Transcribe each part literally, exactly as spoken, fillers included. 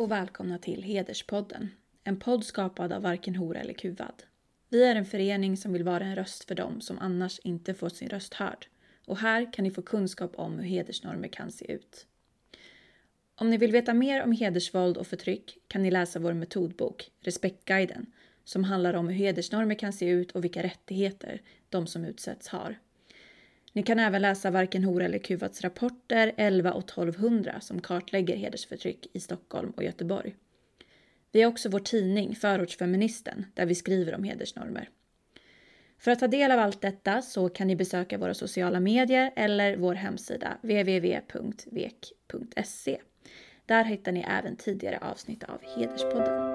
och välkomna till Hederspodden, en podd skapad av varken hora eller kuvad. Vi är en förening som vill vara en röst för dem som annars inte får sin röst hörd. Och här kan ni få kunskap om hur hedersnormer kan se ut. Om ni vill veta mer om hedersvåld och förtryck kan ni läsa vår metodbok, Respektguiden, som handlar om hur hedersnormer kan se ut och vilka rättigheter de som utsätts har. Ni kan även läsa varken hora eller kuvads rapporter elva och tolvhundra som kartlägger hedersförtryck i Stockholm och Göteborg. Vi har också vår tidning Förortsfeministen där vi skriver om hedersnormer. För att ta del av allt detta så kan ni besöka våra sociala medier eller vår hemsida w w w punkt vek punkt se. Där hittar ni även tidigare avsnitt av Hederspodden.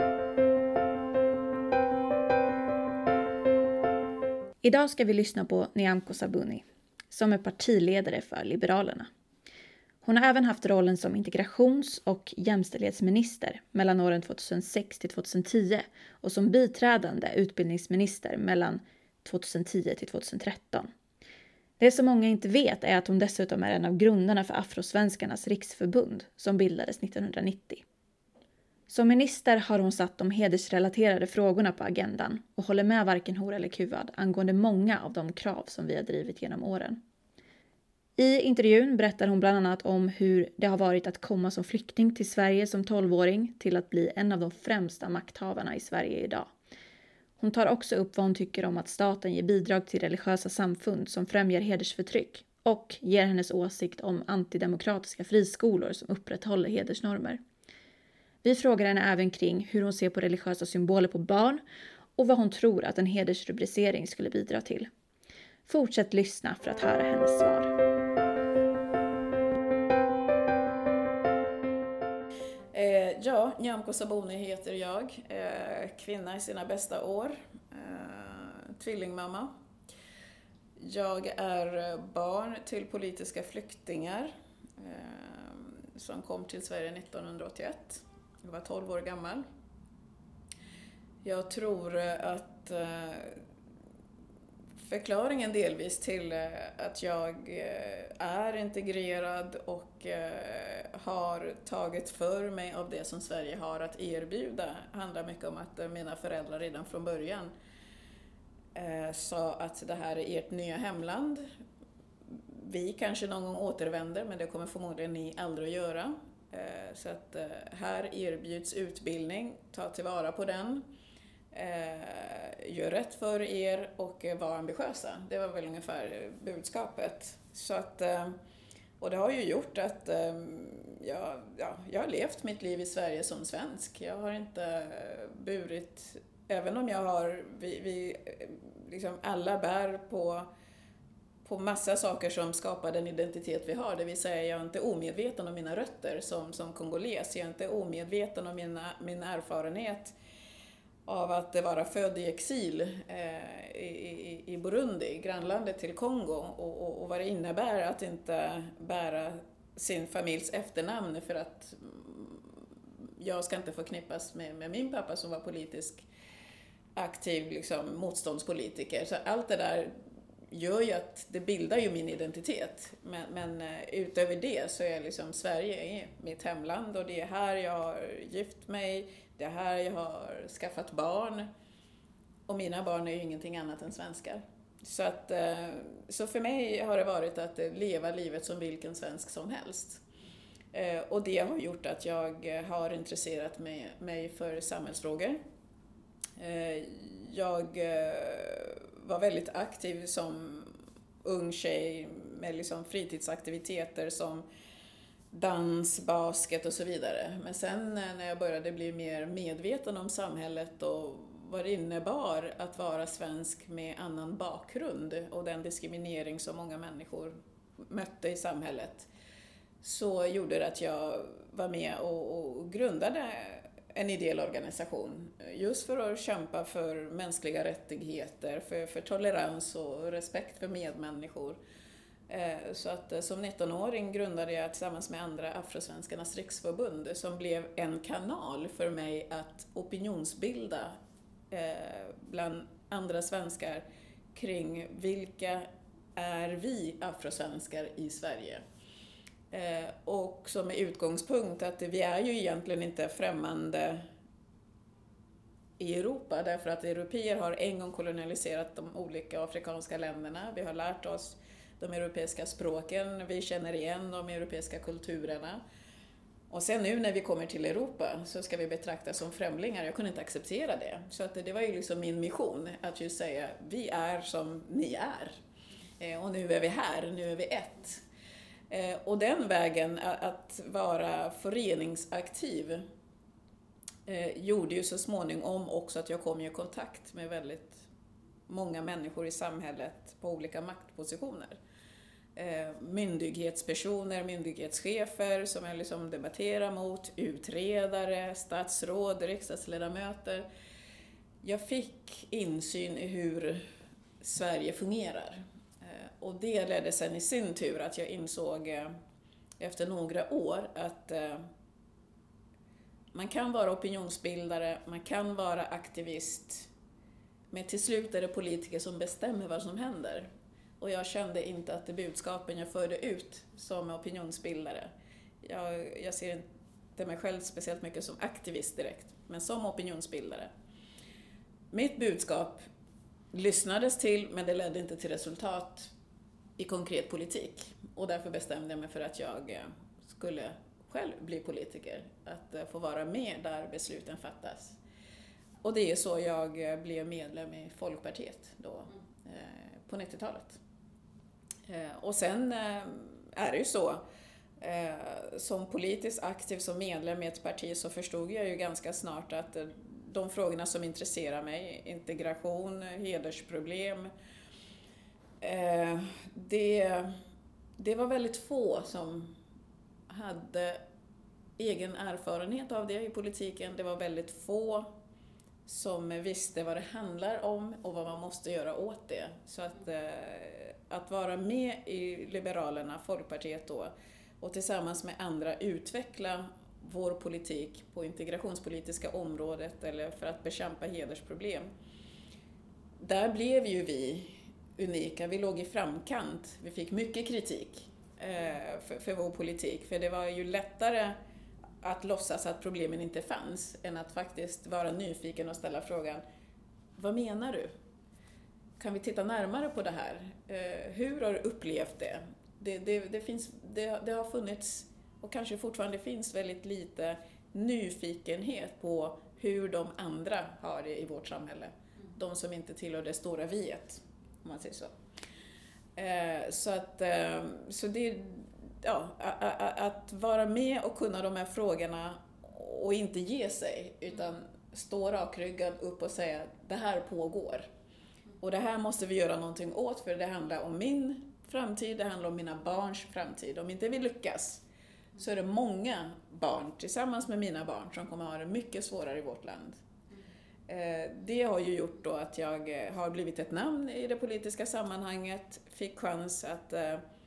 Idag ska vi lyssna på Nyamko Sabuni, som är partiledare för Liberalerna. Hon har även haft rollen som integrations- och jämställdhetsminister mellan åren tjugohundrasex till tjugohundratio och som biträdande utbildningsminister mellan tjugohundratio till tjugotretton. Det som många inte vet är att hon dessutom är en av grundarna för Afrosvenskarnas riksförbund som bildades nittonhundranittio. Som minister har hon satt de hedersrelaterade frågorna på agendan och håller med varken hora eller kuvad angående många av de krav som vi har drivit genom åren. I intervjun berättar hon bland annat om hur det har varit att komma som flykting till Sverige som tolvåring till att bli en av de främsta makthavarna i Sverige idag. Hon tar också upp vad hon tycker om att staten ger bidrag till religiösa samfund som främjar hedersförtryck och ger hennes åsikt om antidemokratiska friskolor som upprätthåller hedersnormer. Vi frågar henne även kring hur hon ser på religiösa symboler på barn och vad hon tror att en hedersrubricering skulle bidra till. Fortsätt lyssna för att höra hennes svar. Eh, ja, Nyamko Sabuni heter jag, eh, kvinna i sina bästa år, eh, tvillingmamma. Jag är barn till politiska flyktingar eh, som kom till Sverige nittonhundraåttioett. Jag var tolv år gammal. Jag tror att eh, förklaringen delvis till att jag är integrerad och har tagit för mig av det som Sverige har att erbjuda handlar mycket om att mina föräldrar redan från början sa att det här är ert nya hemland. Vi kanske någon gång återvänder, men det kommer förmodligen ni aldrig att göra. Så att här erbjuds utbildning, ta tillvara på den. Gör rätt för er och var ambitiösa. Det var väl ungefär budskapet. Så att, och det har ju gjort att jag, ja, jag har levt mitt liv i Sverige som svensk. Jag har inte burit, även om jag har, vi, vi liksom alla bär på på massa saker som skapar den identitet vi har. Det vill säga, jag är inte omedveten om mina rötter som, som kongoles. Jag är inte omedveten om mina, min erfarenhet av att vara född i exil eh, i, i Burundi, grannlandet till Kongo, och, och, och vad det innebär att inte bära sin familjs efternamn för att jag ska inte förknippas med, med min pappa som var politisk aktiv liksom, motståndspolitiker. Så allt det där gör ju att det bildar ju min identitet. Men, men utöver det så är liksom Sverige är mitt hemland och det är här jag har gift mig, det är här jag har skaffat barn. Och mina barn är ju ingenting annat än svenskar. Så, att, så för mig har det varit att leva livet som vilken svensk som helst. Och det har gjort att jag har intresserat mig, mig för samhällsfrågor. Jag var väldigt aktiv som ung tjej med liksom fritidsaktiviteter som dans, basket och så vidare. Men sen när jag började bli mer medveten om samhället och vad det innebar att vara svensk med annan bakgrund och den diskriminering som många människor mötte i samhället, så gjorde det att jag var med och, och grundade en ideell organisation just för att kämpa för mänskliga rättigheter, för, för tolerans och respekt för medmänniskor. Så att som nittonåring grundade jag tillsammans med andra Afrosvenskarnas riksförbund som blev en kanal för mig att opinionsbilda bland andra svenskar kring vilka är vi afrosvenskar i Sverige. Eh, och som är utgångspunkt att vi är ju egentligen inte främmande i Europa, därför att européer har en gång kolonialiserat de olika afrikanska länderna. Vi har lärt oss de europeiska språken, vi känner igen de europeiska kulturerna. Och sen nu när vi kommer till Europa så ska vi betraktas som främlingar. Jag kunde inte acceptera det. Så att det var ju liksom min mission att just säga, vi är som ni är. Eh, och nu är vi här, nu är vi ett. Eh, och den vägen att vara föreningsaktiv eh, gjorde ju så småningom också att jag kom i kontakt med väldigt många människor i samhället på olika maktpositioner. Eh, myndighetspersoner, myndighetschefer som jag liksom debatterar mot, utredare, statsråd, riksdagsledamöter. Jag fick insyn i hur Sverige fungerar. Eh, och det ledde sen i sin tur att jag insåg eh, efter några år att eh, man kan vara opinionsbildare, man kan vara aktivist, men till slut är det politiker som bestämmer vad som händer. Och jag kände inte att det budskapen jag förde ut som opinionsbildare, jag, jag ser inte mig själv speciellt mycket som aktivist direkt, men som opinionsbildare. Mitt budskap lyssnades till, men det ledde inte till resultat i konkret politik. Och därför bestämde jag mig för att jag skulle själv bli politiker, att få vara med där besluten fattas. Och det är så jag blev medlem i Folkpartiet då, eh, på nittiotalet. Eh, och sen eh, är det ju så, eh, som politiskt aktiv som medlem i ett parti så förstod jag ju ganska snart att eh, de frågorna som intresserar mig, integration, hedersproblem, eh, det, det var väldigt få som hade egen erfarenhet av det i politiken. Det var väldigt få som visste vad det handlar om och vad man måste göra åt det. Så att, eh, att vara med i Liberalerna, Folkpartiet då, och tillsammans med andra utveckla vår politik på integrationspolitiska området eller för att bekämpa hedersproblem. Där blev ju vi unika, vi låg i framkant, vi fick mycket kritik eh, för, för vår politik, för det var ju lättare att låtsas att problemen inte fanns än att faktiskt vara nyfiken och ställa frågan, vad menar du? Kan vi titta närmare på det här? Eh, hur har du upplevt det? Det, det, det, finns, det, det har funnits och kanske fortfarande finns väldigt lite nyfikenhet på hur de andra har det i vårt samhälle. De som inte tillhör det stora viet, om man säger så. Eh, så att eh, så det ja, att vara med och kunna de här frågorna och inte ge sig, utan stå rakryggad upp och säga det här pågår. Och det här måste vi göra någonting åt, för det handlar om min framtid, det handlar om mina barns framtid. Om inte vi lyckas så är det många barn tillsammans med mina barn som kommer att ha det mycket svårare i vårt land. Det har ju gjort då att jag har blivit ett namn i det politiska sammanhanget, fick chans att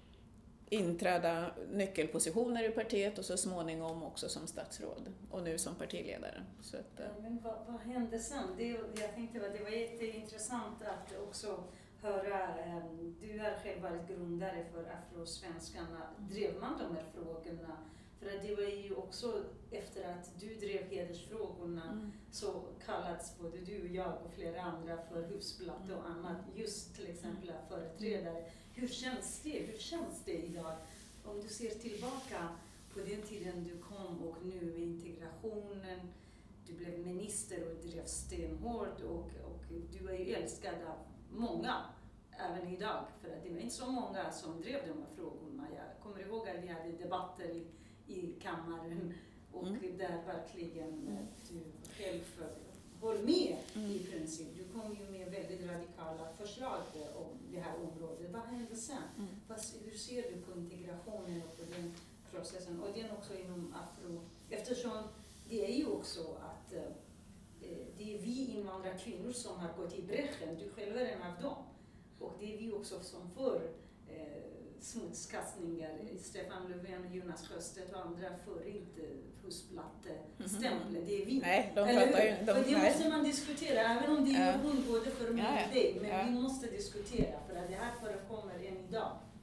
inträda nyckelpositioner i partiet och så småningom också som statsråd och nu som partiledare. Så att, ja, men vad, vad hände sen? Det, jag tänkte att det var jätteintressant att också höra, um, du har själv varit grundare för Afrosvenskarna. Drev man de här frågorna? För att det var ju också efter att du drev hedersfrågorna mm. så kallades både du och jag och flera andra för husplatt och annat, just till exempel företrädare. Hur känns det? Hur känns det idag? Om du ser tillbaka på den tiden du kom och nu med integrationen, du blev minister och drev stenhårt och, och du är ju älskad av många, även idag. För att det var inte så många som drev de här frågorna. Jag kommer ihåg att vi hade debatter i, i kammaren och mm. där verkligen du själv håll med mm. i princip. Du kom ju med väldigt radikala förslag om det här området. Vad hände sen? Mm. Fast, hur ser du på integrationen och på den processen? Och den också inom afro. Eftersom det är ju också att eh, det är vi invandrarkvinnor som har gått i bräschen. Du själv är en av dem. Och det är vi också som får eh, smutskastningar. Stefan Löfven, Jonas Sjöstedt och andra för inte husplattestämplet. Det är vi. Nej, de fattar ju. De, det måste man diskutera, även om det är hon både för mig och dig. Men ja. vi måste diskutera för att det här förekommer än idag.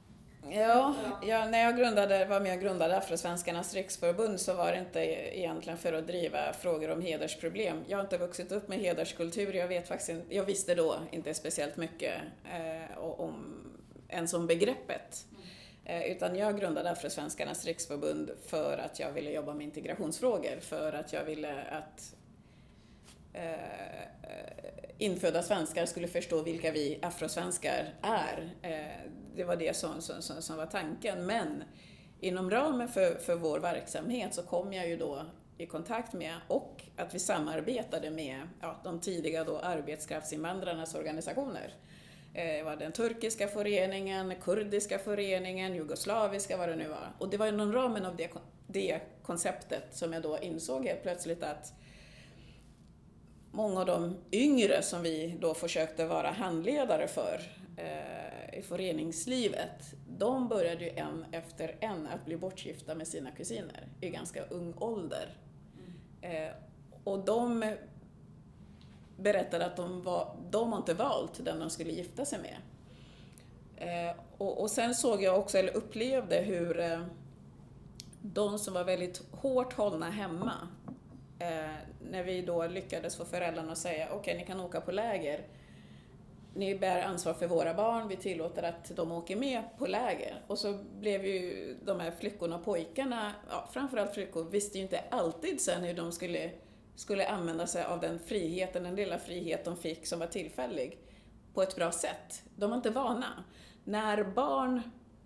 Ja, ja, när jag grundade, var med och grundade Afrosvenskarnas riksförbund så var det inte egentligen för att driva frågor om hedersproblem. Jag har inte vuxit upp med hederskultur, jag vet faktiskt inte, jag visste då inte speciellt mycket eh, om ens om begreppet. Eh, utan jag grundade Afrosvenskarnas riksförbund för att jag ville jobba med integrationsfrågor, för att jag ville att eh, infödda svenskar skulle förstå vilka vi afrosvenskar är. Eh, det var det som, som, som, som var tanken. Men inom ramen för, för vår verksamhet så kom jag ju då i kontakt med och att vi samarbetade med ja, de tidiga då arbetskraftsinvandrarnas organisationer. Det var den turkiska föreningen, kurdiska föreningen, jugoslaviska, vad det nu var. Och det var inom ramen av det, det konceptet som jag då insåg helt plötsligt att många av de yngre som vi då försökte vara handledare för eh, i föreningslivet, de började ju en efter en att bli bortgifta med sina kusiner i ganska ung ålder. Eh, och de berättade att de, var, de har inte valt den de skulle gifta sig med. Eh, och, och sen såg jag också, eller upplevde hur eh, de som var väldigt hårt hållna hemma, eh, när vi då lyckades få föräldrarna att säga okej, okay, ni kan åka på läger, ni bär ansvar för våra barn, vi tillåter att de åker med på läger. Och så blev ju de här flickorna och pojkarna, ja, framförallt flickor, visste ju inte alltid sen hur de skulle skulle använda sig av den friheten, den lilla frihet de fick som var tillfällig, på ett bra sätt. De var inte vana. När barn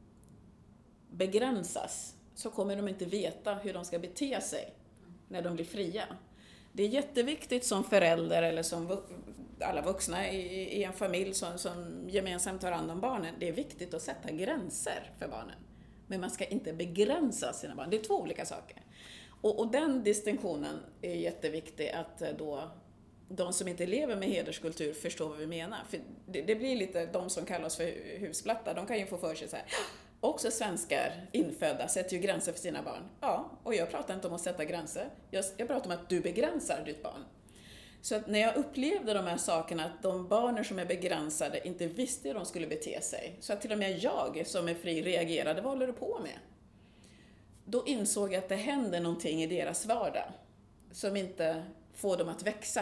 begränsas så kommer de inte veta hur de ska bete sig när de blir fria. Det är jätteviktigt som förälder eller som alla vuxna i, i en familj som, som gemensamt tar hand om barnen. Det är viktigt att sätta gränser för barnen. Men man ska inte begränsa sina barn. Det är två olika saker. Och, och den distinktionen är jätteviktig att då de som inte lever med hederskultur förstår vad vi menar. För det, det blir lite de som kallas för husplattar, de kan ju få för sig så här. Också svenskar infödda sätter ju gränser för sina barn. Ja, och jag pratar inte om att sätta gränser. Jag, jag pratar om att du begränsar ditt barn. Så att när jag upplevde de här sakerna, att de barnen som är begränsade inte visste hur de skulle bete sig. Så att till och med jag som är fri reagerade, vad håller du på med? Då insåg jag att det händer någonting i deras vardag som inte får dem att växa,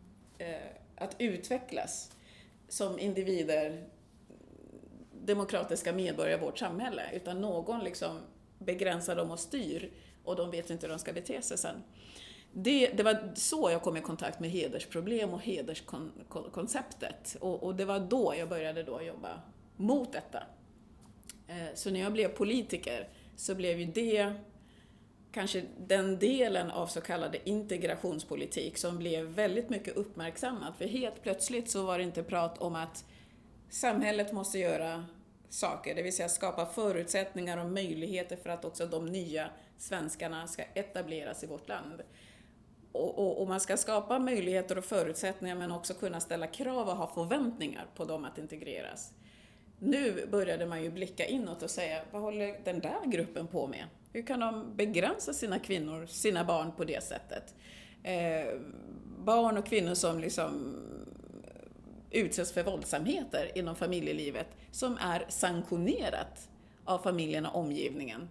att utvecklas som individer, demokratiska medborgare i vårt samhälle, utan någon liksom begränsar dem och styr och de vet inte hur de ska bete sig sen. Det, det var så jag kom i kontakt med hedersproblem och hederskonceptet, och, och det var då jag började då jobba mot detta. Så när jag blev politiker så blev ju det kanske den delen av så kallade integrationspolitik som blev väldigt mycket uppmärksammat. För helt plötsligt så var det inte prat om att samhället måste göra saker, det vill säga skapa förutsättningar och möjligheter för att också de nya svenskarna ska etableras i vårt land. Och, och, och man ska skapa möjligheter och förutsättningar, men också kunna ställa krav och ha förväntningar på dem att integreras. Nu började man ju blicka inåt och säga, vad håller den där gruppen på med? Hur kan de begränsa sina kvinnor, sina barn på det sättet? Eh, barn och kvinnor som liksom utsätts för våldsamheter inom familjelivet som är sanktionerat av familjen och omgivningen.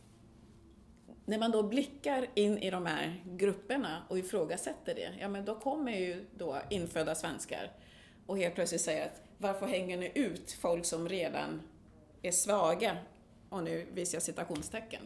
När man då blickar in i de här grupperna och ifrågasätter det, ja men då kommer ju då infödda svenskar och helt plötsligt säger att varför hänger ni ut folk som redan är svaga? Och nu visar jag citationstecken.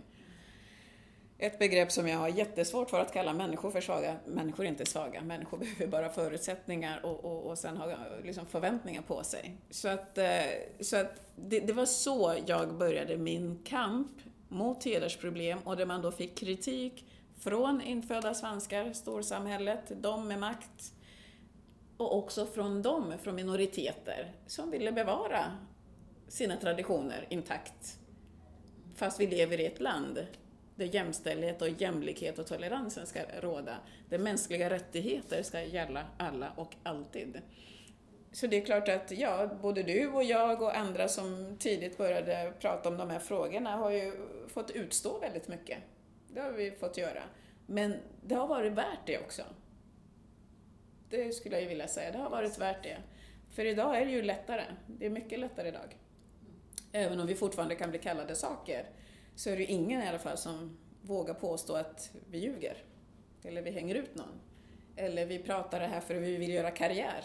Ett begrepp som jag har jättesvårt för att kalla människor för svaga. Människor är inte svaga. Människor behöver bara förutsättningar och, och, och sen ha liksom förväntningar på sig. Så att, så att det, det var så jag började min kamp mot hedersproblem, och där man då fick kritik från infödda svenskar, storsamhället, de med makt, och också från dem, från minoriteter som ville bevara sina traditioner intakt. Fast vi lever i ett land där jämställdhet och jämlikhet och toleransen ska råda. Där mänskliga rättigheter ska gälla alla och alltid. Så det är klart att ja, både du och jag och andra som tidigt började prata om de här frågorna har ju fått utstå väldigt mycket. Det har vi fått göra. Men det har varit värt det också. Det skulle jag vilja säga. Det har varit värt det. För idag är det ju lättare. Det är mycket lättare idag. även om vi fortfarande kan bli kallade saker, så är det ingen i alla fall som vågar påstå att vi ljuger. Eller vi hänger ut någon. Eller vi pratar det här för att vi vill göra karriär.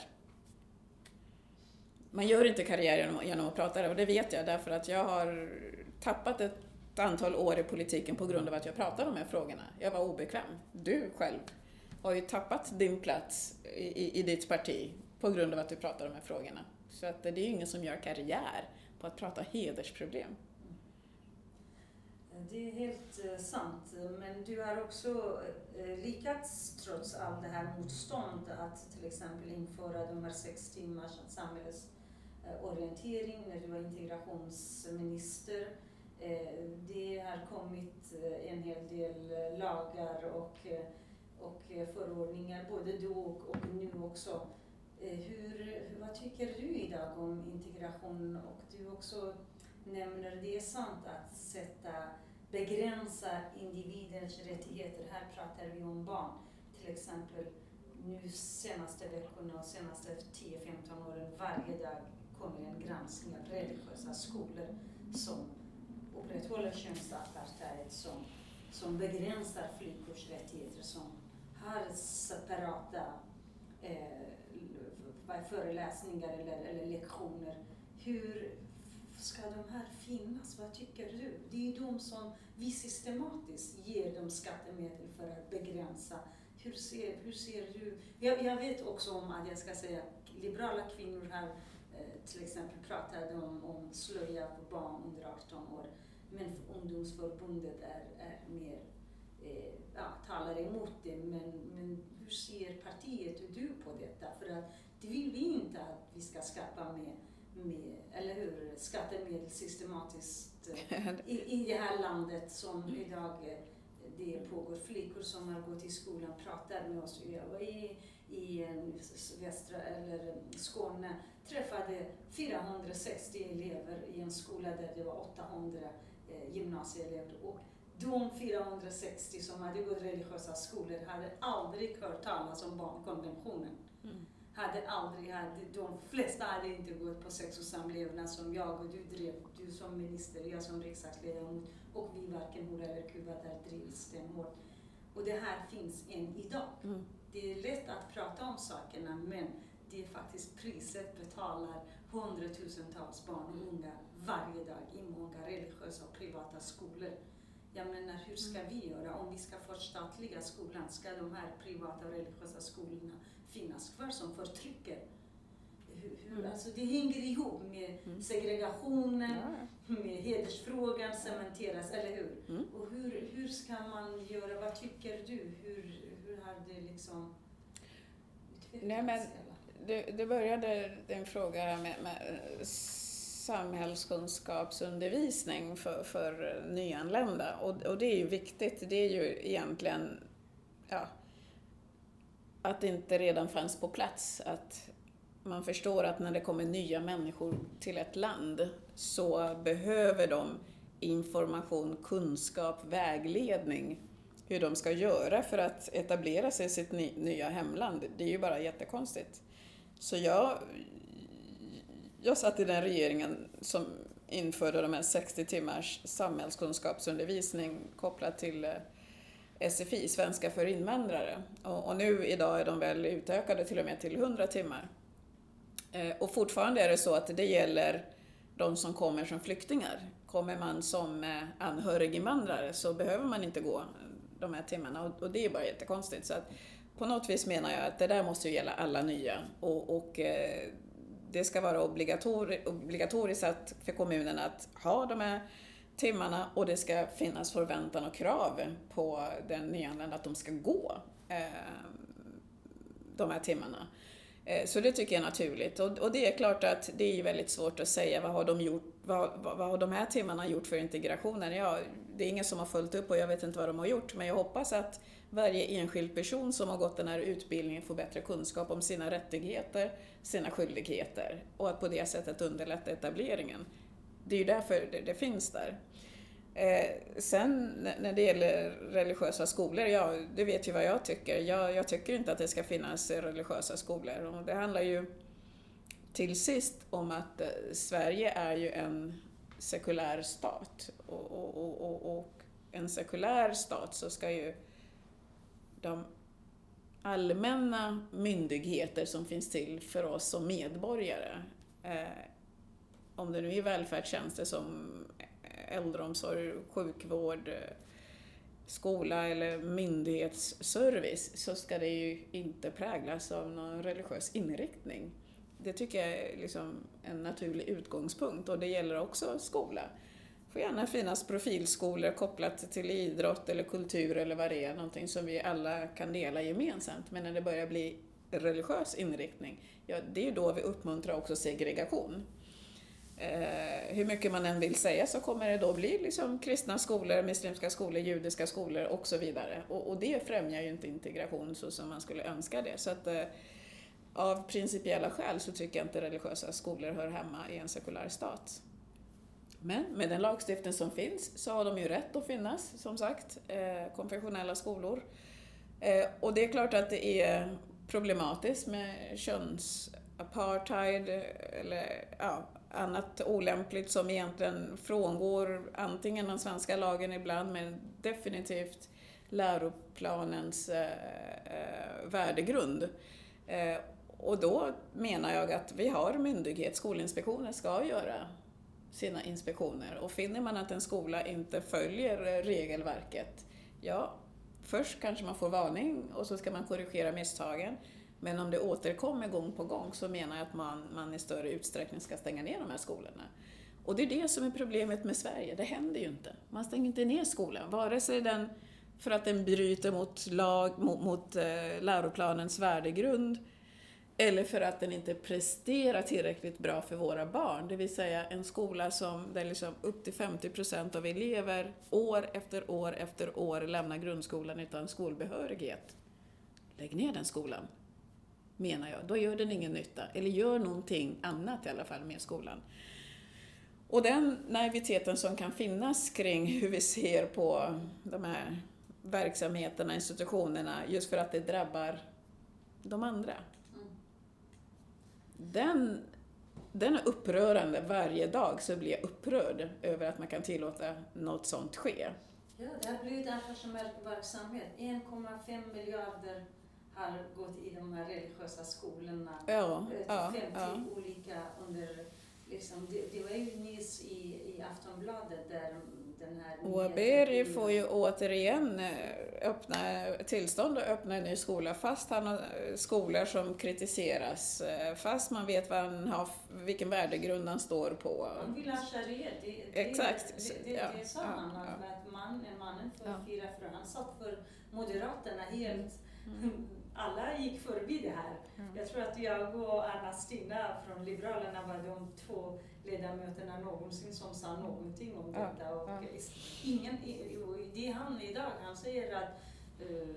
Man gör inte karriär genom, genom att prata det, och det vet jag därför att jag har tappat ett antal år i politiken på grund av att jag pratar om de här frågorna. Jag var obekväm. Du själv har ju tappat din plats i, i, i ditt parti på grund av att du pratar om de här frågorna. Så att det är ju ingen som gör karriär på att prata hedersproblem. Det är helt sant, men du har också lyckats trots all det här motstånd att till exempel införa de här sex timmars samhällsorientering när du var integrationsminister. Det har kommit en hel del lagar och, och förordningar både då och nu också. Hur, vad tycker du idag om integration? Och du också nämner det är sant att sätta begränsa individens rättigheter. Här pratar vi om barn. Till exempel nu senaste veckorna och senaste tio femton åren varje dag kommer en granskning av religiösa skolor som upprätthåller könsapartheid, som, som begränsar flickors rättigheter, som har separata eh, föreläsningar eller, eller lektioner. Hur ska de här finnas? Vad tycker du? Det är ju de som vi systematiskt ger dem skattemedel för att begränsa. Hur ser, hur ser du? Jag, jag vet också om att jag ska säga liberala kvinnor har eh, till exempel pratat om, om slöja på barn under arton år. Men ungdomsförbundet är, är mer, eh, ja, talar emot det. Men, men hur ser partiet och du på detta? För att det vill vi inte att vi ska skapa med med, eller hur, skattemedel systematiskt i, i det här landet som idag det pågår. Flickor som har gått i skolan pratar med oss. Jag var i, i västra eller Skåne, träffade fyrahundrasextio elever i en skola där det var åttahundra eh, gymnasieelever. Och de fyrahundrasextio som hade gått religiösa skolor hade aldrig hört talas om barnkonventionen. Mm. Hade aldrig, hade, de flesta hade inte gått på sex och samlevnad som jag och du drev, du som minister, jag som riksdagsledamot och vi varken Hora eller Kuba där drivs stenhårt. Och det här finns än idag. Mm. Det är lätt att prata om sakerna, men det är faktiskt priset betalar hundratusentals barn och unga varje dag i många religiösa och privata skolor. Jag menar, hur ska vi göra om vi ska förstatliga skolan? Ska de här privata och religiösa skolorna finnas kvar som förtrycker? Hur, hur, mm. Alltså det hänger ihop med mm. segregationen, ja. Med hedersfrågan cementeras, eller hur? Mm. Och hur, hur ska man göra? Vad tycker du? Hur, hur har det liksom utvecklats? Nej, men det, det började en fråga med, med samhällskunskapsundervisning för, för nyanlända. Och, och det är ju viktigt. Det är ju egentligen ja, att det inte redan fanns på plats. Att man förstår att när det kommer nya människor till ett land så behöver de information, kunskap, vägledning hur de ska göra för att etablera sig i sitt ny, nya hemland. Det är ju bara jättekonstigt. Så jag, jag satt i den regeringen som införde de här sextio timmars samhällskunskapsundervisning kopplat till S F I, svenska för invandrare. Och, och nu idag är de väl utökade till och med till hundra timmar. Eh, och fortfarande är det så att det gäller de som kommer som flyktingar. Kommer man som eh, anhöriginvandrare så behöver man inte gå de här timmarna. Och, och det är bara jättekonstigt. Så att på något vis menar jag att det där måste ju gälla alla nya. Och, och eh, det ska vara obligatori- obligatoriskt att, för kommunen att ha de här timmarna, och det ska finnas förväntan och krav på den nyanlända att de ska gå eh, de här timmarna. Eh, så det tycker jag är naturligt. Och, och det är klart att det är väldigt svårt att säga vad har de gjort, vad, vad, vad har de här timmarna gjort för integrationen. Ja, det är ingen som har följt upp och jag vet inte vad de har gjort, men jag hoppas att varje enskild person som har gått den här utbildningen får bättre kunskap om sina rättigheter, sina skyldigheter, och att på det sättet underlätta etableringen. Det är ju därför det, det finns där. Eh, sen när det gäller religiösa skolor, ja, det vet ju vad jag tycker. Jag, jag tycker inte att det ska finnas religiösa skolor. Och det handlar ju till sist om att eh, Sverige är ju en sekulär stat. Och, och, och, och, och en sekulär stat så ska ju de allmänna myndigheter som finns till för oss som medborgare, eh, om det nu är välfärdstjänster som äldreomsorg, sjukvård, skola eller myndighetsservice, så ska det ju inte präglas av någon religiös inriktning. Det tycker jag är liksom en naturlig utgångspunkt, och det gäller också skola. Det får gärna finnas profilskolor kopplat till idrott eller kultur eller vad det är, någonting som vi alla kan dela gemensamt. Men när det börjar bli religiös inriktning, ja, det är ju då vi uppmuntrar också segregation. Eh, hur mycket man än vill säga så kommer det då bli liksom kristna skolor, muslimska skolor, judiska skolor och så vidare. Och, och det främjar ju inte integration så som man skulle önska det. Så att eh, av principiella skäl så tycker jag inte religiösa skolor hör hemma i en sekulär stat. Men med den lagstiftning som finns så har de ju rätt att finnas, som sagt, eh, konfessionella skolor. Eh, och det är klart att det är problematiskt med könsapartheid eller ja, annat olämpligt som egentligen frångår antingen den svenska lagen ibland, men definitivt läroplanens eh, eh, värdegrund. Eh, och då menar jag att vi har myndighet, Skolinspektionen ska göra sina inspektioner, och finner man att en skola inte följer regelverket, ja, först kanske man får varning och så ska man korrigera misstagen. Men om det återkommer gång på gång så menar jag att man, man i större utsträckning ska stänga ner de här skolorna. Och det är det som är problemet med Sverige. Det händer ju inte. Man stänger inte ner skolan. Vare sig den för att den bryter mot, lag, mot, mot eh, läroplanens värdegrund, eller för att den inte presterar tillräckligt bra för våra barn. Det vill säga en skola som där liksom upp till femtio procent av elever år efter år efter år lämnar grundskolan utan skolbehörighet. Lägg ner den skolan, menar jag. Då gör den ingen nytta. Eller gör någonting annat i alla fall med skolan. Och den naiviteten som kan finnas kring hur vi ser på de här verksamheterna, institutionerna, just för att det drabbar de andra. Den, den är upprörande. Varje dag så blir jag upprörd över att man kan tillåta något sånt ske. Ja, det har blivit affärsmässig verksamhet. en komma fem miljarder har gått i de här religiösa skolorna. Ja, ja, femtio ja. olika under, liksom, det, det var ju nyss i, i Aftonbladet där den här... Åberg får ju återigen öppna, tillstånd att öppna en ny skola fast han har skolor som kritiseras, fast man vet vad han har, vilken värdegrund han står på. Han vill ha sharia. Det, det, Exakt. Det, det, ja, det sa ja, han, ja. att man, mannen för Ja. fyra för han satt för Moderaterna helt... Mm. Alla gick förbi det här. Mm. Jag tror att jag och Anna-Stina från Liberalerna var de två ledamöterna någonsin som sa någonting om Ja, detta. Och ja. ingen, det är han idag, han säger att uh,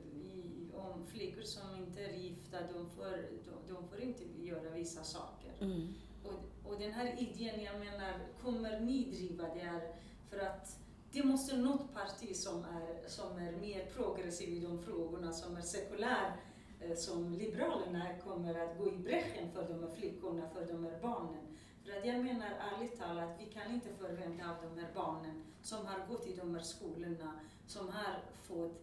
i, om flickor som inte är gifta, de får, de, de får inte göra vissa saker. Mm. Och, och den här idén, jag menar, kommer ni driva det här för att det måste något parti som är, som är mer progressiv i de frågorna, som är sekulär, eh, som Liberalerna kommer att gå i bräschen för de här flickorna, för de här barnen. För att jag menar ärligt talat, vi kan inte förvänta av de här barnen som har gått i de här skolorna, som har fått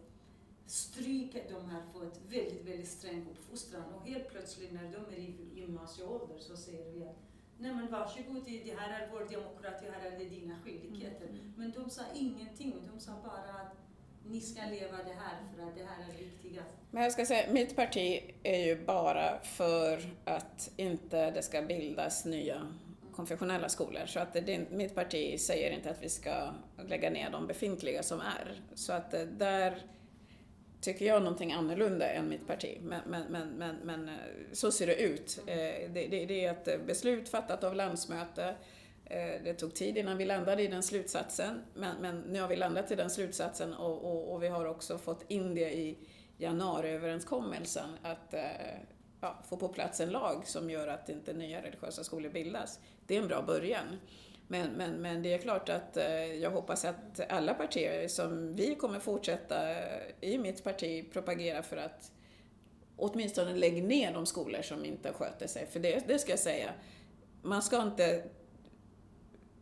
stryk, de har fått väldigt, väldigt sträng uppfostran, och helt plötsligt när de är i gymnasieålder så säger vi att nej men varsågod, det här är vår demokrati, här är det dina skyldigheter. Mm. Men de sa ingenting, de sa bara att ni ska leva det här för att det här är viktigast. Men jag ska säga, mitt parti är ju bara för att inte det ska bildas nya konfessionella skolor. Så att det, mitt parti säger inte att vi ska lägga ner de befintliga som är. Så att där tycker jag någonting annorlunda än mitt parti. Men, men, men, men, men så ser det ut. Det, det, det är ett beslut fattat av landsmöte. Det tog tid innan vi landade i den slutsatsen. Men, men nu har vi landat i den slutsatsen, och, och, och vi har också fått in det i januariöverenskommelsen att ja, få på plats en lag som gör att inte nya religiösa skolor bildas. Det är en bra början. Men, men, men det är klart att jag hoppas att alla partier som vi kommer fortsätta i mitt parti propagera för att åtminstone lägga ner de skolor som inte sköter sig. För det, det ska jag säga, man ska inte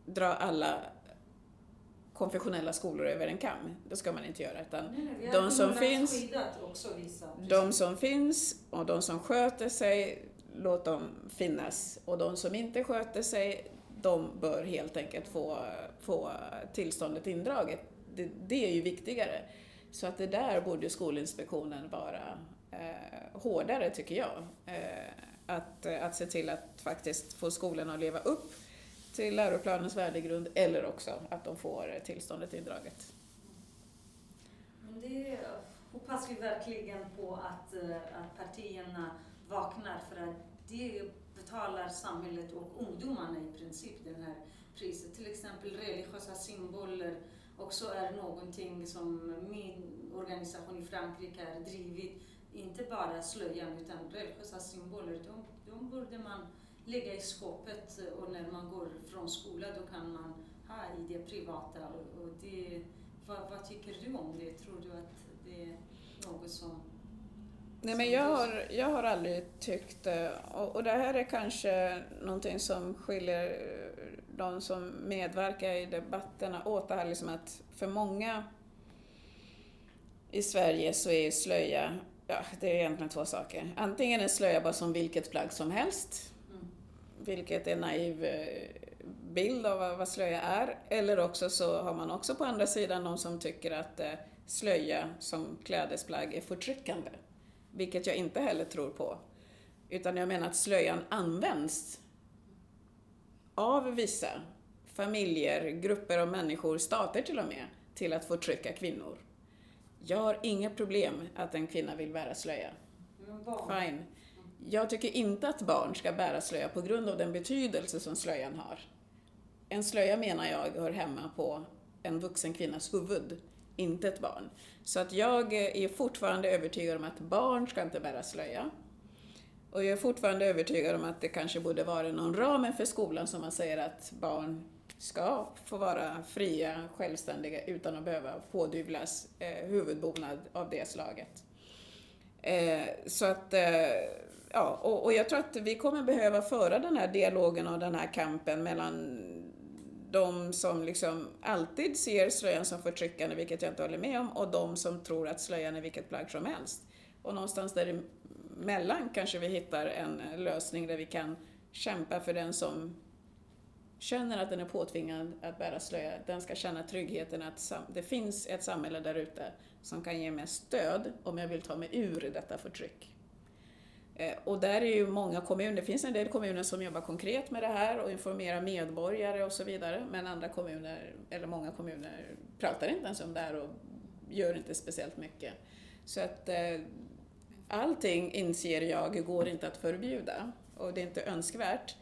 dra alla konfessionella skolor över en kam. Det ska man inte göra. Utan Nej, nej, de som finns, också vissa, de som finns och de som sköter sig, låt dem finnas. Och de som inte sköter sig, de bör helt enkelt få, få tillståndet indraget. Det, det är ju viktigare. Så att det där borde Skolinspektionen vara eh, hårdare, tycker jag. Eh, att, att se till att faktiskt få skolorna att leva upp till läroplanens värdegrund, eller också att de får tillståndet indraget. Men det hoppas vi verkligen på att, att partierna vaknar, för att det betalar samhället och ungdomarna i princip den här priset. Till exempel religiösa symboler också är någonting som min organisation i Frankrike har drivit. Inte bara slöjan utan religiösa symboler, de, de borde man lägga i skåpet, och när man går från skolan då kan man ha i det privata. Och, och det, vad, vad tycker du om det? Tror du att det är något som... Nej, men jag har, jag har aldrig tyckt, och, och det här är kanske någonting som skiljer de som medverkar i debatterna åt, det här liksom att för många i Sverige så är slöja, ja, det är egentligen två saker. Antingen är slöja bara som vilket plagg som helst, mm. vilket är en naiv bild av vad slöja är. Eller också så har man också på andra sidan de som tycker att slöja som klädesplagg är förtryckande. Vilket jag inte heller tror på. Utan jag menar att slöjan används av vissa familjer, grupper av människor, stater till och med, till att förtrycka kvinnor. Jag har inga problem att en kvinna vill bära slöja. Fine. Jag tycker inte att barn ska bära slöja på grund av den betydelse som slöjan har. En slöja, menar jag, hör hemma på en vuxen kvinnas huvud, inte ett barn. Så att jag är fortfarande övertygad om att barn ska inte bära slöja. Och jag är fortfarande övertygad om att det kanske borde vara någon ramen för skolan som man säger att barn ska få vara fria, självständiga utan att behöva pådyvlas eh, huvudbonad av det slaget. Eh, så att, eh, ja, och, och jag tror att vi kommer behöva föra den här dialogen och den här kampen mellan de som liksom alltid ser slöjan som förtryckande, vilket jag inte håller med om, och de som tror att slöjan är vilket plagg som helst. Och någonstans däremellan kanske vi hittar en lösning där vi kan kämpa för den som känner att den är påtvingad att bära slöja. Den ska känna tryggheten att det finns ett samhälle där ute som kan ge mig stöd om jag vill ta mig ur detta förtryck. Och där är ju många kommuner, det finns en del kommuner som jobbar konkret med det här och informerar medborgare och så vidare, men andra kommuner, eller många kommuner, pratar inte ens om det här och gör inte speciellt mycket. Så att eh, allting, inser jag, går inte att förbjuda och det är inte önskvärt.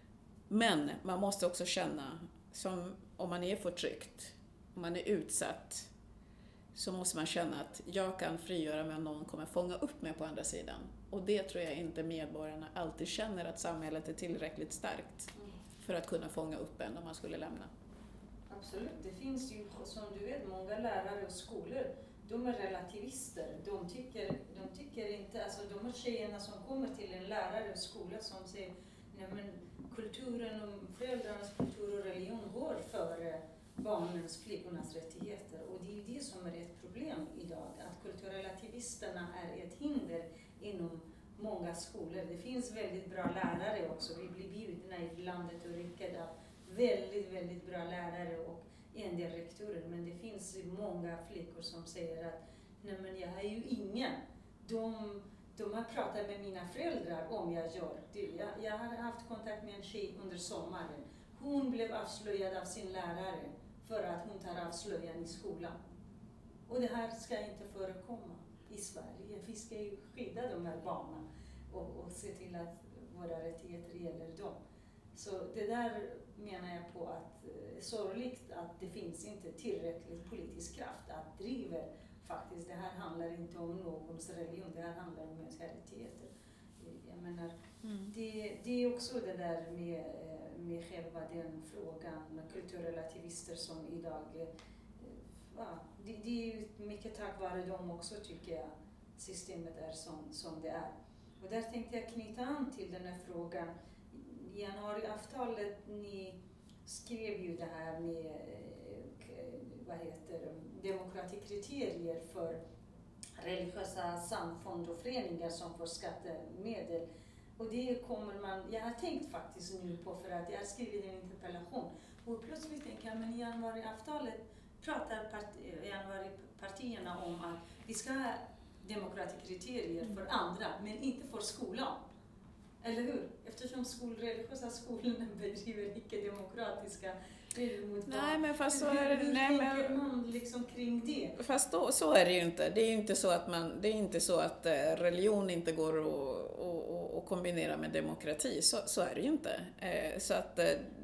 Men man måste också känna, som om man är förtryckt, om man är utsatt, så måste man känna att jag kan frigöra mig om någon kommer fånga upp mig på andra sidan. Och det tror jag inte medborgarna alltid känner, att samhället är tillräckligt starkt för att kunna fånga upp en om man skulle lämna. Absolut, det finns ju, som du vet, många lärare och skolor, de är relativister. De tycker, de tycker inte, alltså de här tjejerna som kommer till en lärare och skola som säger, nej men kulturen och föräldrarnas kultur och religion går före barnens, flickornas rättigheter. Och det är ju det som är ett problem idag, att kulturrelativisterna är ett hinder inom många skolor. Det finns väldigt bra lärare också. Vi blir bjudna i landet och riket av väldigt, väldigt bra lärare och en del rektorer. Men det finns många flickor som säger att nej men jag har ju ingen. De, de har pratat med mina föräldrar om jag gör det. Jag, jag har haft kontakt med en tjej under sommaren. Hon blev avslöjad av sin lärare för att hon tar av slöjan i skolan. Och det här ska inte förekomma i Sverige. Vi ska ju skydda de här barnen och, och se till att våra rättigheter gäller dem. Så det där menar jag på att det är sorgligt att det finns inte tillräckligt politisk kraft att driva faktiskt. Det här handlar inte om någons religion, det här handlar om mänskliga rättigheter. Jag menar, mm. det, det är också det där med, med själva den frågan med kulturrelativister som idag, ja, det, det är ju mycket tack vare dem också tycker jag systemet är som, som det är. Och där tänkte jag knyta an till den här frågan. I januariavtalet ni skrev ju det här med vad heter demokratikriterier för religiösa samfund och föreningar som får skattemedel. Och det kommer man, jag har tänkt faktiskt nu på för att jag har skrivit en interpellation och plötsligt tänker jag, men i januariavtalet pratar part- januaripartierna om att vi ska ha demokratikriterier för andra men inte för skolan. Eller hur? Eftersom skol, religiösa skolorna bedriver icke-demokratiska mot Nej, men fast så är det. Hur Nej, tänker men, man liksom kring det? fast då, så är det ju inte. Det är ju inte så att man, det är inte så att religion inte går att, att, att kombinera med demokrati. Så, så är det ju inte. Så att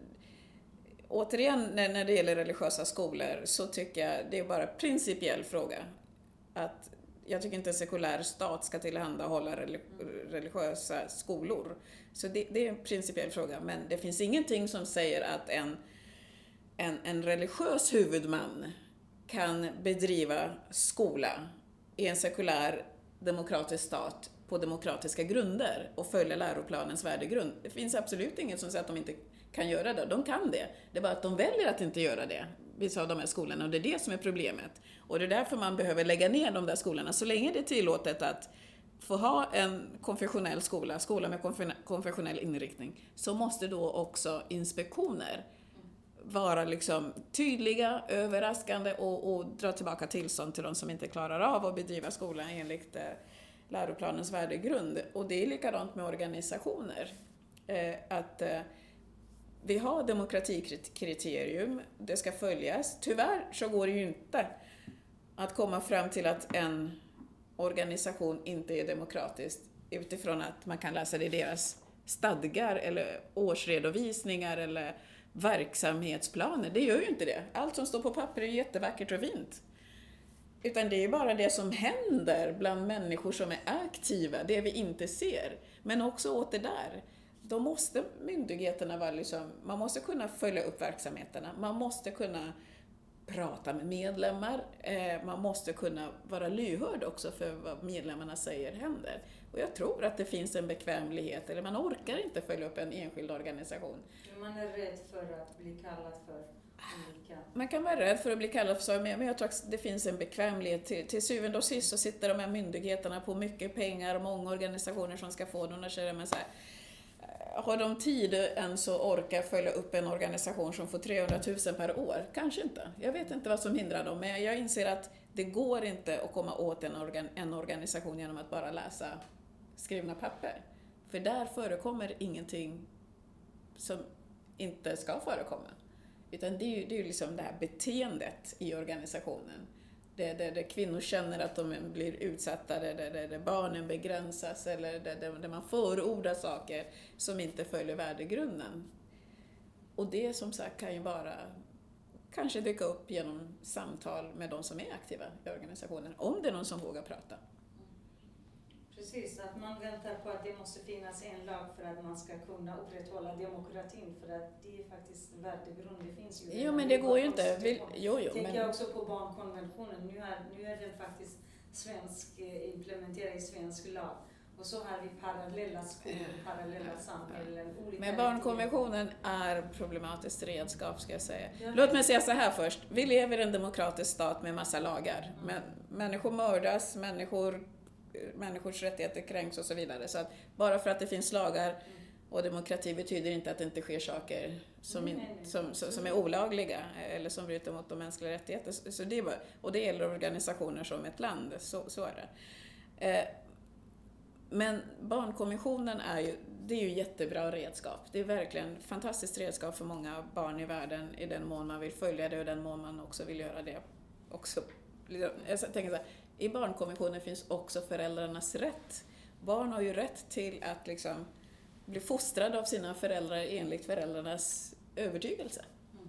återigen, när, när det gäller religiösa skolor så tycker jag det är bara en principiell fråga. Att jag tycker inte en sekulär stat ska tillhandahålla religiösa skolor. Så det, det är en principiell fråga. Men det finns ingenting som säger att en, en, en religiös huvudman kan bedriva skola i en sekulär demokratisk stat på demokratiska grunder och följa läroplanens värdegrund. Det finns absolut inget som säger att de inte kan göra det. De kan det. Det är bara att de väljer att inte göra det. Vissa av de här skolorna, och det är det som är problemet. Och det är därför man behöver lägga ner de där skolorna. Så länge det är tillåtet att få ha en konfessionell skola, skola med konfessionell inriktning, så måste då också inspektioner vara liksom tydliga, överraskande och, och dra tillbaka tillstånd till de som inte klarar av att bedriva skolan enligt eh, läroplanens värdegrund. Och det är likadant med organisationer. Eh, att eh, vi har demokratikriterium, det ska följas. Tyvärr så går det ju inte att komma fram till att en organisation inte är demokratisk utifrån att man kan läsa det i deras stadgar eller årsredovisningar eller verksamhetsplaner. Det gör ju inte det. Allt som står på papper är jättevackert och fint. Utan det är bara det som händer bland människor som är aktiva, det vi inte ser. Men också åt det där. Då måste myndigheterna vara liksom, man måste kunna följa upp verksamheterna. Man måste kunna prata med medlemmar. Eh, man måste kunna vara lyhörd också för vad medlemmarna säger händer. Och jag tror att det finns en bekvämlighet, eller man orkar inte följa upp en enskild organisation. Man är rädd för att bli kallad för olika... Man kan vara rädd för att bli kallad för så, men jag tror att det finns en bekvämlighet. Till, till syvende och sist så sitter de här myndigheterna på mycket pengar och många organisationer som ska få dem. Och så här, har de tid ens att orka följa upp en organisation som får trehundratusen per år? Kanske inte. Jag vet inte vad som hindrar dem, men jag inser att det går inte att komma åt en, organ, en organisation genom att bara läsa skrivna papper. För där förekommer ingenting som inte ska förekomma. Utan det är ju, det är ju liksom det här beteendet i organisationen. Där, där, där kvinnor känner att de blir utsatta, där, där, där barnen begränsas eller där, där, där man förordar saker som inte följer värdegrunden. Och det som sagt kan ju bara kanske dyka upp genom samtal med de som är aktiva i organisationen, om det är någon som vågar prata. Precis, att man väntar på att det måste finnas en lag för att man ska kunna upprätthålla demokratin, för att det är faktiskt värdegrund, det finns ju. Jo, men det går ju inte. Vill, jo, jo, Tänker men... jag också på barnkonventionen, nu är, nu är den faktiskt svensk, implementerad i svensk lag. Och så har vi parallella skolor, parallella samhällen. Olika Men barnkonventionen är problematiskt redskap, ska jag säga. Jag Låt mig säga så här först. Vi lever i en demokratisk stat med massa lagar. Men människor mördas, människor, människors rättigheter kränks och så vidare. Så att bara för att det finns lagar och demokrati betyder inte att det inte sker saker som, in, som, som, som är olagliga eller som bryter mot de mänskliga rättigheterna. Så det är bara, och det gäller organisationer som ett land, så, så är det. Eh, Men barnkonventionen är ju, det är ju jättebra redskap. Det är verkligen ett fantastiskt redskap för många barn i världen i den mån man vill följa det och den mån man också vill göra det. Också, jag tänker så här, i barnkonventionen finns också föräldrarnas rätt. Barn har ju rätt till att liksom bli fostrade av sina föräldrar enligt föräldrarnas övertygelse.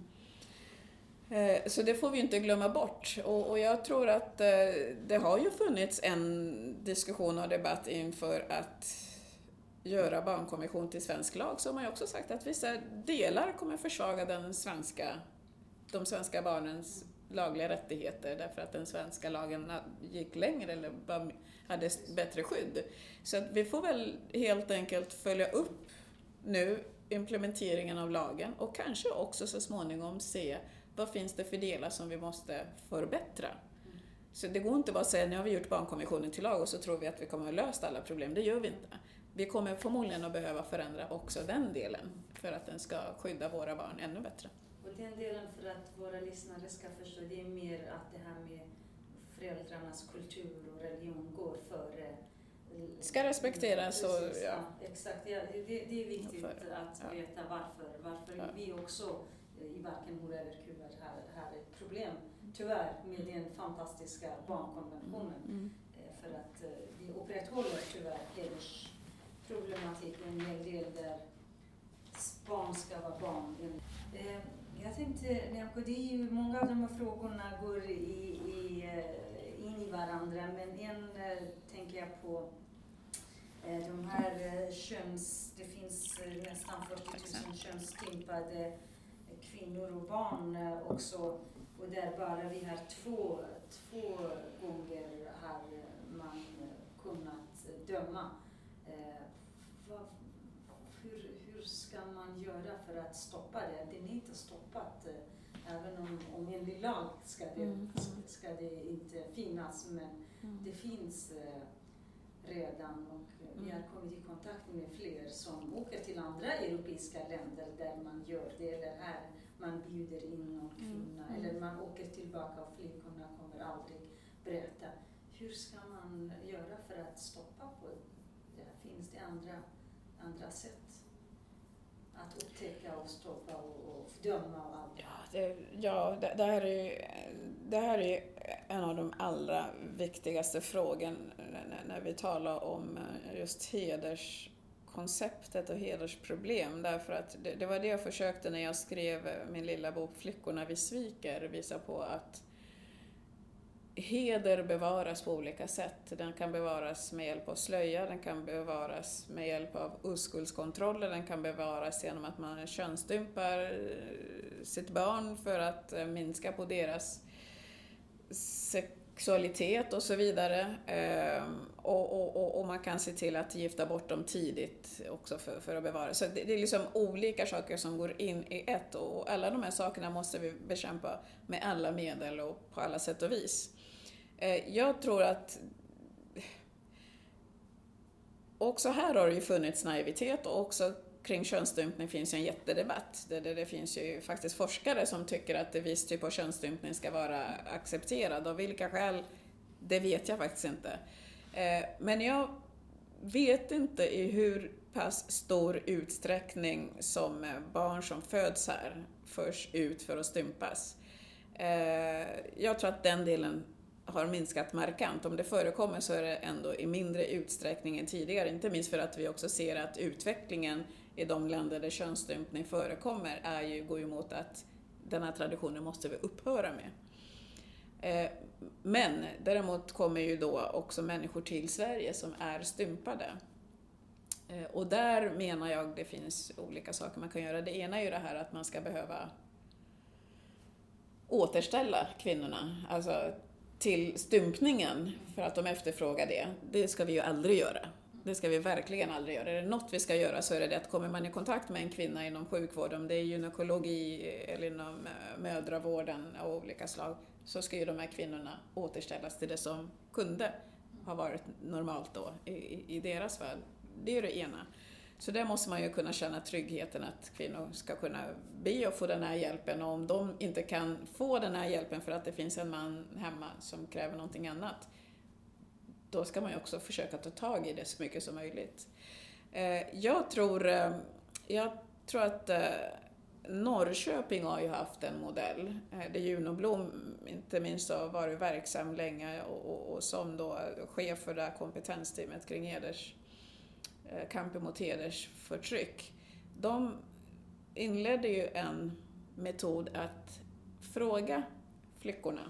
Så det får vi inte glömma bort. Och jag tror att det har ju funnits en diskussion och debatt inför att göra barnkonvention till svensk lag. Så har man ju också sagt att vissa delar kommer försvaga den svenska, de svenska barnens lagliga rättigheter därför att den svenska lagen gick längre eller hade bättre skydd. Så att vi får väl helt enkelt följa upp nu implementeringen av lagen och kanske också så småningom se vad finns det för delar som vi måste förbättra. Mm. Så det går inte bara att säga nu har vi gjort barnkonventionen till lag och så tror vi att vi kommer att lösa alla problem. Det gör vi inte. Vi kommer förmodligen att behöva förändra också den delen för att den ska skydda våra barn ännu bättre. Och den delen för att våra lyssnare ska förstå, det är mer att det här med föräldrarnas kultur och religion går före. Ska respekteras och ja. ja. Exakt, ja, det, det är viktigt för, att ja. veta varför. Varför ja. vi också i varken Hora eller Kuba har, har ett problem, tyvärr, med den fantastiska barnkonventionen. Mm. För att vi upprätthåller tyvärr hedersproblematiken en hel del där barn ska vara barn. Jag tänkte, Nyamko, det är ju många av de här frågorna går i, i, in i varandra, men en tänker jag på de här köns, det finns nästan fyrtio tusen könsstympade kvinnor och barn också, och där bara vi har två, två gånger har man kunnat döma. Hur, hur ska man göra för att stoppa det? Det är inte stoppat, även om, om enligt lag ska det, mm. ska det inte finnas, men mm. det finns redan, och vi har kommit i kontakt med fler som åker till andra europeiska länder där man gör det, eller här man bjuder in någon kvinna, mm. eller man åker tillbaka och flickorna kommer aldrig berätta. Hur ska man göra för att stoppa på det? Finns det andra, andra sätt att upptäcka och stoppa och, och döma och allt? Ja, det, ja det, det, här är, det här är en av de allra viktigaste frågorna när, när vi talar om just hederskonceptet och hedersproblem. Därför att det, det var det jag försökte när jag skrev min lilla bok Flickorna vi sviker, visa på att heder bevaras på olika sätt. Den kan bevaras med hjälp av slöja, den kan bevaras med hjälp av oskuldskontroller, den kan bevaras genom att man könsstympar sitt barn för att minska på deras sexualitet och så vidare. Och, och, och man kan se till att gifta bort dem tidigt också för, för att bevara. Så det, det är liksom olika saker som går in i ett, och alla de här sakerna måste vi bekämpa med alla medel och på alla sätt och vis. Jag tror att också här har det ju funnits naivitet, och också kring könsstympning finns en jättedebatt. Det, det, det finns ju faktiskt forskare som tycker att en viss typ av könsstympning ska vara accepterad. Av vilka skäl, det vet jag faktiskt inte. Men jag vet inte i hur pass stor utsträckning som barn som föds här förs ut för att stympas. Jag tror att den delen har minskat markant. Om det förekommer så är det ändå i mindre utsträckning än tidigare. Inte minst för att vi också ser att utvecklingen i de länder där könsstympning förekommer är ju, går ju mot att den här traditionen måste vi upphöra med. Men däremot kommer ju då också människor till Sverige som är stympade. Och där menar jag det finns olika saker man kan göra. Det ena är ju det här att man ska behöva återställa kvinnorna. Alltså till stympningen för att de efterfrågar det. Det ska vi ju aldrig göra. Det ska vi verkligen aldrig göra. Är det något vi ska göra så är det det att kommer man i kontakt med en kvinna inom sjukvården, om det är gynekologi eller inom mödravården av olika slag, så ska ju de här kvinnorna återställas till det som kunde ha varit normalt då i, i deras fall. Det är det ena. Så där måste man ju kunna känna tryggheten att kvinnor ska kunna be och få den här hjälpen. Och om de inte kan få den här hjälpen för att det finns en man hemma som kräver någonting annat, då ska man ju också försöka ta tag i det så mycket som möjligt. Jag tror, jag tror att Norrköping har ju haft en modell. Där Juno Blom inte minst har varit verksam länge och, och, och som då chef för det här kompetensteamet kring heders kampen mot hedersförtryck. De inledde ju en metod att fråga flickorna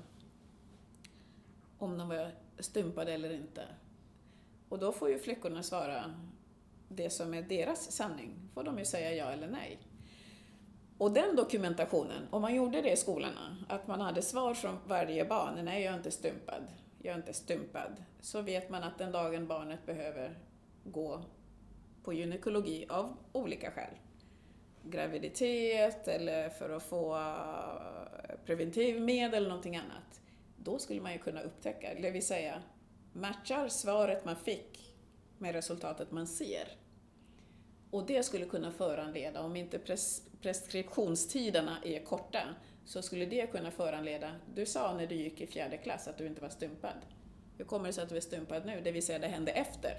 om de var stympade eller inte. Och då får ju flickorna svara det som är deras sanning. Får de ju säga ja eller nej. Och den dokumentationen, om man gjorde det i skolorna, att man hade svar från varje barn, nej jag är inte stympad, jag är inte stympad, så vet man att den dagen barnet behöver gå på gynekologi av olika skäl, graviditet eller för att få preventivmedel eller någonting annat, då skulle man ju kunna upptäcka, det vill säga matchar svaret man fick med resultatet man ser. Och det skulle kunna föranleda, om inte pres- preskriptionstiderna är korta, så skulle det kunna föranleda, du sa när du gick i fjärde klass att du inte var stympad. Hur kommer det sig att du är stympad nu? Det vill säga det hände efter.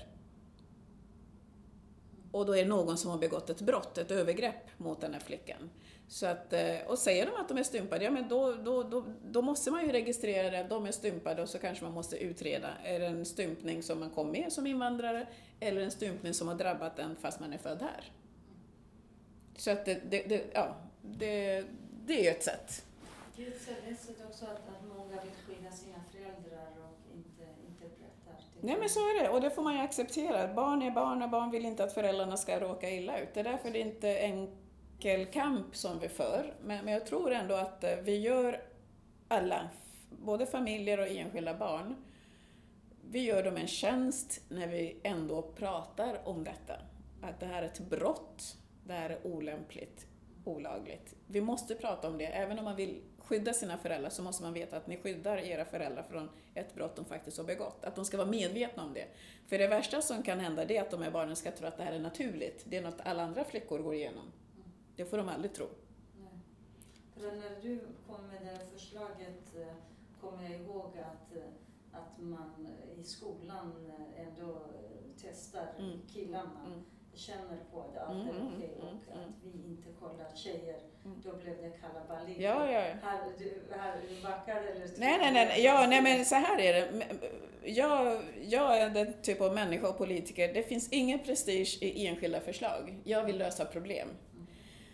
Och då är det någon som har begått ett brott, ett övergrepp mot den här flickan. Så att, och säger de att de är stympade, ja men då, då, då, då måste man ju registrera det, de är stympade, och så kanske man måste utreda, är det en stympning som man kom med som invandrare eller en stympning som har drabbat en fast man är född här. Så att det, det, det, ja, det, det är ett sätt. Det är ett sätt också att, att många vill skydda sina föräldrar och inte, inte berättar. Nej men så är det, och det får man ju acceptera. Barn är barn och barn vill inte att föräldrarna ska råka illa ut. Det är därför det inte är enkel kamp som vi för. Men, men jag tror ändå att vi gör alla, både familjer och enskilda barn, vi gör dem en tjänst när vi ändå pratar om detta. Att det här är ett brott, det här är olämpligt, olagligt. Vi måste prata om det, även om man vill skydda sina föräldrar så måste man veta att ni skyddar era föräldrar från ett brott de faktiskt har begått. Att de ska vara medvetna om det. För det värsta som kan hända är att de här barnen ska tro att det här är naturligt. Det är något alla andra flickor går igenom. Det får de aldrig tro. Nej. För när du kom med det här förslaget kommer jag ihåg att, att man i skolan ändå testar mm. killarna. Mm. Känner på det, att mm, det är okej mm, och mm. att vi inte kollar tjejer. Mm. Då blev det kalabalik. Ja, ja, ja. Här, du, här du backar eller... Nej, nej, nej. Ja, nej, men så här är det. Jag, jag är den typ av människa och politiker. Det finns ingen prestige i enskilda förslag. Jag vill lösa problem. Mm.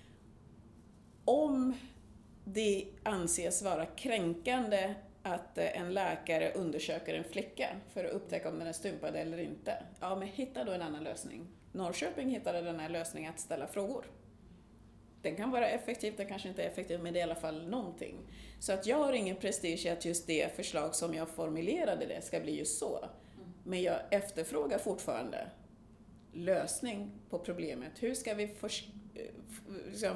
Om det anses vara kränkande att en läkare undersöker en flicka för att upptäcka om den är stympad eller inte. Ja, men hitta då en annan lösning. Norrköping hittade den här lösningen att ställa frågor. Den kan vara effektiv, den kanske inte är effektiv, men det är i alla fall någonting. Så att jag har ingen prestige i att just det förslag som jag formulerade det ska bli just så. Men jag efterfrågar fortfarande lösning på problemet. Hur ska vi förs- liksom,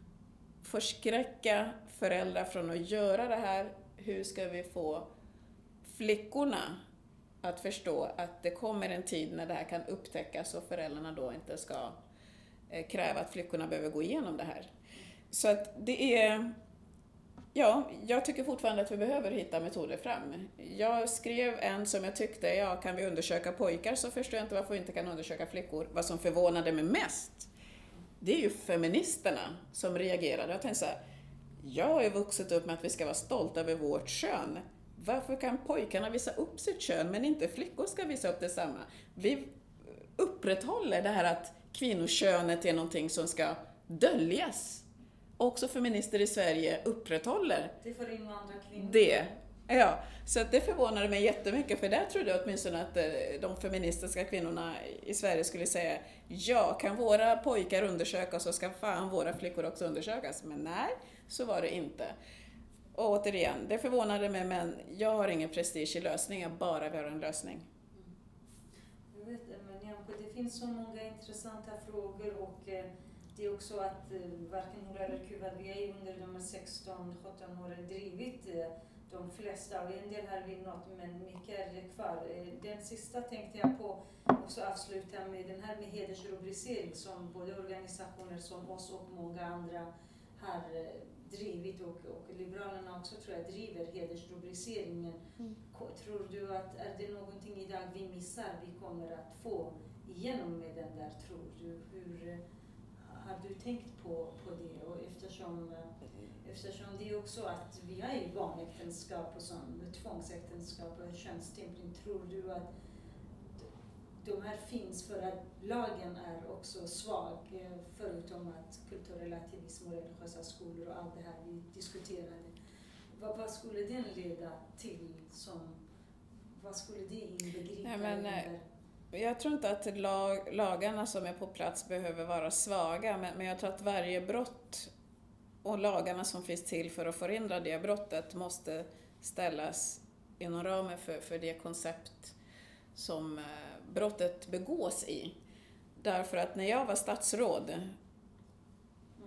förskräcka föräldrar från att göra det här? Hur ska vi få flickorna att förstå att det kommer en tid när det här kan upptäckas och föräldrarna då inte ska kräva att flickorna behöver gå igenom det här. Så att det är, ja, jag tycker fortfarande att vi behöver hitta metoder fram. Jag skrev en som jag tyckte, ja, kan vi undersöka pojkar så förstår jag inte varför vi inte kan undersöka flickor. Vad som förvånade mig mest, det är ju feministerna som reagerade. Jag tänkte så här, jag har ju vuxit upp med att vi ska vara stolta över vårt kön. Varför kan pojkarna visa upp sitt kön men inte flickor ska visa upp detsamma? Vi upprätthåller det här att kvinnokönet är någonting som ska döljas. Också feminister i Sverige upprätthåller det för invandrarkvinnor. Det. Ja, så att det förvånade mig jättemycket, för där trodde jag åtminstone att de feministiska kvinnorna i Sverige skulle säga, ja, kan våra pojkar undersökas så ska fan våra flickor också undersökas. Men nej, så var det inte. Och återigen, det förvånade mig, men jag har ingen prestige i lösningen, bara vi har en lösning. Mm. Jag vet, men Nyamko, det finns så många intressanta frågor och eh, det är också att eh, varken Hora eller Kuba, vi är under de här sexton sjutton åren drivit eh, de flesta, och en del har vi nått, men mycket är kvar. Den sista tänkte jag på också avsluta med den här med hedersrubricering som både organisationer som oss och många andra har drivit, och, och Liberalerna också tror jag driver hedersrubriceringen. Mm. Tror du att är det någonting idag vi missar vi kommer att få igenom med den där, tror du? Hur har du tänkt på, på det? Och eftersom Eftersom det är också att vi har ju barnäktenskap och sånt, tvångsäktenskap och könsstympning. Tror du att de här finns för att lagen är också svag, förutom att kulturrelativism och religiösa skolor och allt det här vi diskuterade? Vad, vad skulle den leda till? Som, vad skulle det inbegripa? Nej, men, jag tror inte att lag, lagarna som är på plats behöver vara svaga, men, men jag tror att varje brott och lagarna som finns till för att förhindra det brottet måste ställas inom ramen för, för det koncept som brottet begås i. Därför att när jag var statsråd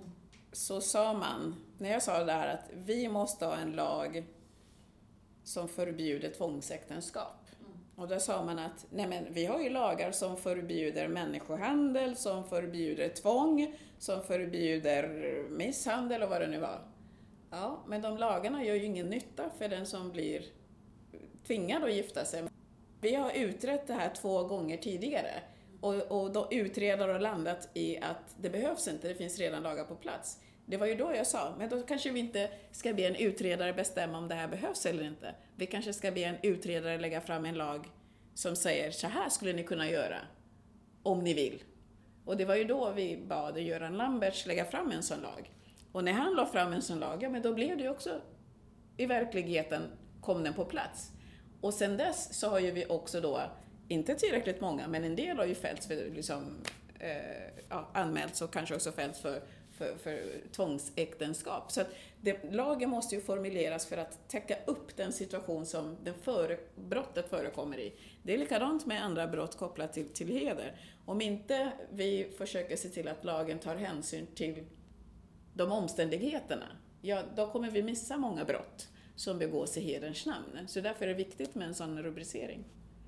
så sa man, när jag sa det här att vi måste ha en lag som förbjuder tvångsäktenskap. Och då sa man att nej men, vi har ju lagar som förbjuder människohandel, som förbjuder tvång, som förbjuder misshandel och vad det nu var. Ja, men de lagarna gör ju ingen nytta för den som blir tvingad att gifta sig. Vi har utrett det här två gånger tidigare och, och då utredare har landat i att det behövs inte, det finns redan lagar på plats. Det var ju då jag sa, men då kanske vi inte ska be en utredare bestämma om det här behövs eller inte. Vi kanske ska be en utredare lägga fram en lag som säger så här skulle ni kunna göra om ni vill. Och det var ju då vi bad Göran Lambertz lägga fram en sån lag. Och när han la fram en sån lag, ja men då blev det ju också i verkligheten kom den på plats. Och sen dess så har ju vi också då, inte tillräckligt många, men en del har ju fällts för liksom, eh, ja, anmälts och kanske också fällts för För, för tvångsäktenskap. Så att det, lagen måste ju formuleras för att täcka upp den situation som den före, brottet förekommer i. Det är likadant med andra brott kopplat till, till heder. Om inte vi försöker se till att lagen tar hänsyn till de omständigheterna, ja, då kommer vi missa många brott som begås i hederns namn. Så därför är det viktigt med en sån rubricering.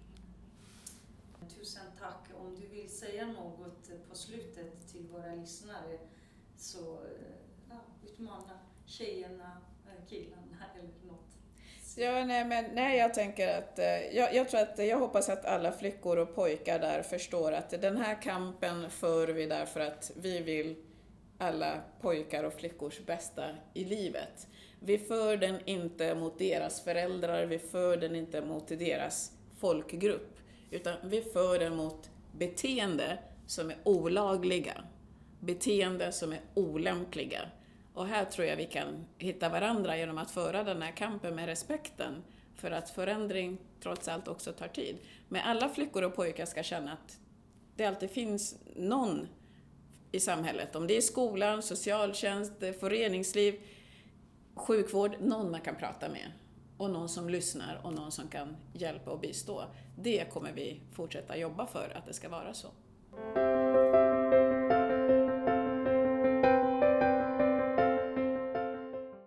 Tusen tack. Om du vill säga något på slutet till våra lyssnare, så ja, utmana tjejerna, killarna eller något. Ja, nej, men, nej, jag tänker att jag, jag tror att jag hoppas att alla flickor och pojkar där förstår att den här kampen för vi därför att vi vill alla pojkar och flickors bästa i livet. Vi för den inte mot deras föräldrar, vi för den inte mot deras folkgrupp, utan vi för den mot beteende som är olagliga. Beteende som är olämpliga. Och här tror jag vi kan hitta varandra genom att föra den här kampen med respekten, för att förändring trots allt också tar tid. Men alla flickor och pojkar ska känna att det alltid finns någon i samhället, om det är skolan, socialtjänst, föreningsliv, sjukvård, någon man kan prata med och någon som lyssnar och någon som kan hjälpa och bistå. Det kommer vi fortsätta jobba för att det ska vara så.